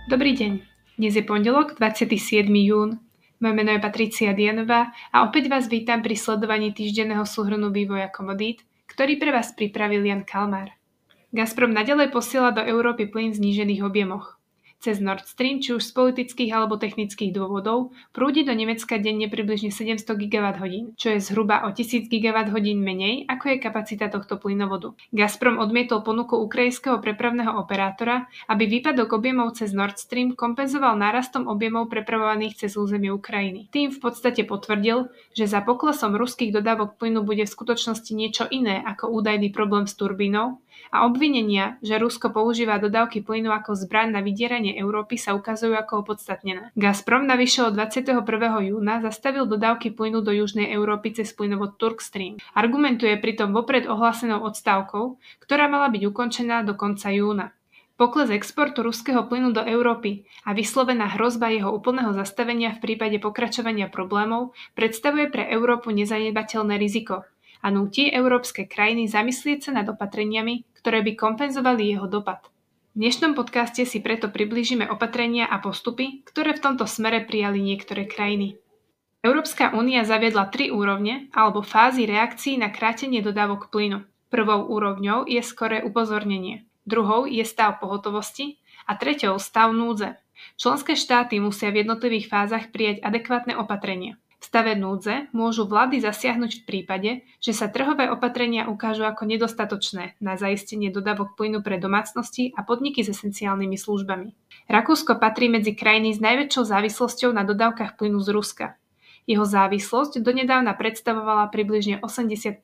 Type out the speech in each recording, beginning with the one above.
Dobrý deň. Dnes je pondelok, 27. jún. Moje meno je Patricia Dianová a opäť vás vítam pri sledovaní týždenného súhrnu vývoja komodít, ktorý pre vás pripravil Jan Kalmár. Gazprom naďalej posiela do Európy plyn v znížených objemoch. Cez Nord Stream, či už z politických alebo technických dôvodov, prúdi do Nemecka denne približne 700 GWh, čo je zhruba o 1000 GWh menej, ako je kapacita tohto plynovodu. Gazprom odmietol ponuku ukrajinského prepravného operátora, aby výpadok objemov cez Nord Stream kompenzoval nárastom objemov prepravovaných cez územie Ukrajiny. Tým v podstate potvrdil, že za poklesom ruských dodávok plynu bude v skutočnosti niečo iné ako údajný problém s turbínou, a obvinenia, že Rusko používa dodávky plynu ako zbraň na vydieranie Európy, sa ukazujú ako opodstatnené. Gazprom navyše od 21. júna zastavil dodávky plynu do južnej Európy cez plynovod Turkstream. Argumentuje pritom vopred ohlásenou odstávkou, ktorá mala byť ukončená do konca júna. Pokles exportu ruského plynu do Európy a vyslovená hrozba jeho úplného zastavenia v prípade pokračovania problémov predstavuje pre Európu nezanedbateľné riziko a núti európske krajiny zamyslieť sa nad opatreniami, ktoré by kompenzovali jeho dopad. V dnešnom podcaste si preto priblížime opatrenia a postupy, ktoré v tomto smere prijali niektoré krajiny. Európska únia zaviedla 3 úrovne alebo fázy reakcií na krátenie dodávok plynu. Prvou úrovňou je skoré upozornenie, druhou je stav pohotovosti a treťou stav núdze. Členské štáty musia v jednotlivých fázach prijať adekvátne opatrenia. V stave núdze môžu vlády zasiahnuť v prípade, že sa trhové opatrenia ukážu ako nedostatočné na zaistenie dodávok plynu pre domácnosti a podniky s esenciálnymi službami. Rakúsko patrí medzi krajiny s najväčšou závislosťou na dodávkach plynu z Ruska. Jeho závislosť donedávna predstavovala približne 80%.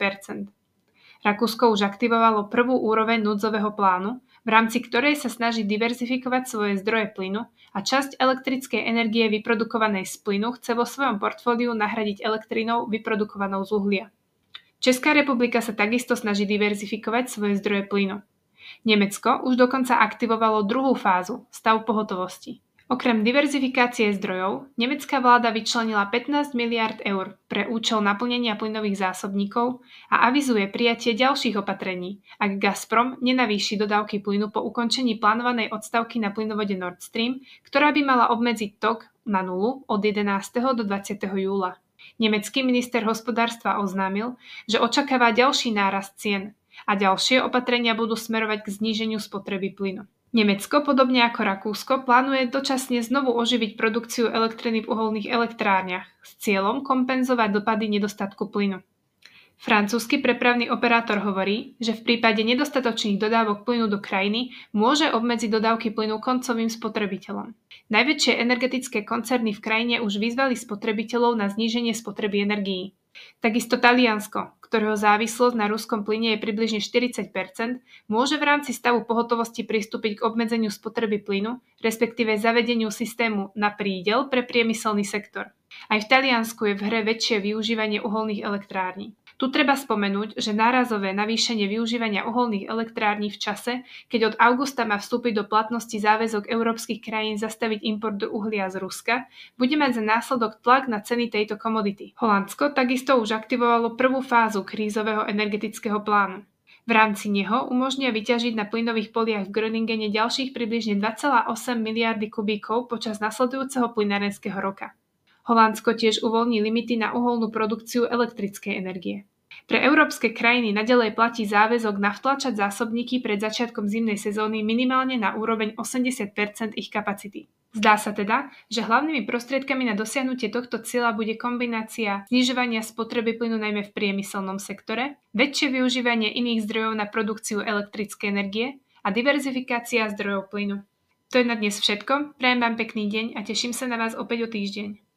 Rakúsko už aktivovalo prvú úroveň núdzového plánu, v rámci ktorej sa snaží diverzifikovať svoje zdroje plynu a časť elektrickej energie vyprodukovanej z plynu chce vo svojom portfóliu nahradiť elektrinou vyprodukovanou z uhlia. Česká republika sa takisto snaží diverzifikovať svoje zdroje plynu. Nemecko už dokonca aktivovalo druhú fázu, stav pohotovosti. Okrem diverzifikácie zdrojov, nemecká vláda vyčlenila 15 miliárd eur pre účel naplnenia plynových zásobníkov a avizuje prijatie ďalších opatrení, ak Gazprom nenavýši dodávky plynu po ukončení plánovanej odstavky na plynovode Nord Stream, ktorá by mala obmedziť tok na nulu od 11. do 20. júla. Nemecký minister hospodárstva oznámil, že očakáva ďalší nárast cien a ďalšie opatrenia budú smerovať k zníženiu spotreby plynu. Nemecko, podobne ako Rakúsko, plánuje dočasne znovu oživiť produkciu elektriny v uholných elektrárniach s cieľom kompenzovať dopady nedostatku plynu. Francúzsky prepravný operátor hovorí, že v prípade nedostatočných dodávok plynu do krajiny môže obmedziť dodávky plynu koncovým spotrebiteľom. Najväčšie energetické koncerny v krajine už vyzvali spotrebiteľov na zníženie spotreby energií. Takisto Taliansko, ktorého závislosť na ruskom plyne je približne 40%, môže v rámci stavu pohotovosti pristúpiť k obmedzeniu spotreby plynu, respektíve zavedeniu systému na prídel pre priemyselný sektor. Aj v Taliansku je v hre väčšie využívanie uholných elektrární. Tu treba spomenúť, že nárazové navýšenie využívania uholných elektrární v čase, keď od augusta má vstúpiť do platnosti záväzok európskych krajín zastaviť import do uhlia z Ruska, bude mať za následok tlak na ceny tejto komodity. Holandsko takisto už aktivovalo prvú fázu krízového energetického plánu. V rámci neho umožnia vyťažiť na plynových poliach v Groningene ďalších približne 2,8 miliardy kubíkov počas nasledujúceho plynárenského roka. Holandsko tiež uvoľní limity na uholnú produkciu elektrickej energie. Pre európske krajiny naďalej platí záväzok navtlačať zásobníky pred začiatkom zimnej sezóny minimálne na úroveň 80% ich kapacity. Zdá sa teda, že hlavnými prostriedkami na dosiahnutie tohto cieľa bude kombinácia znižovania spotreby plynu najmä v priemyselnom sektore, väčšie využívanie iných zdrojov na produkciu elektrickej energie a diverzifikácia zdrojov plynu. To je na dnes všetko, prajem vám pekný deň a teším sa na vás opäť o týždeň.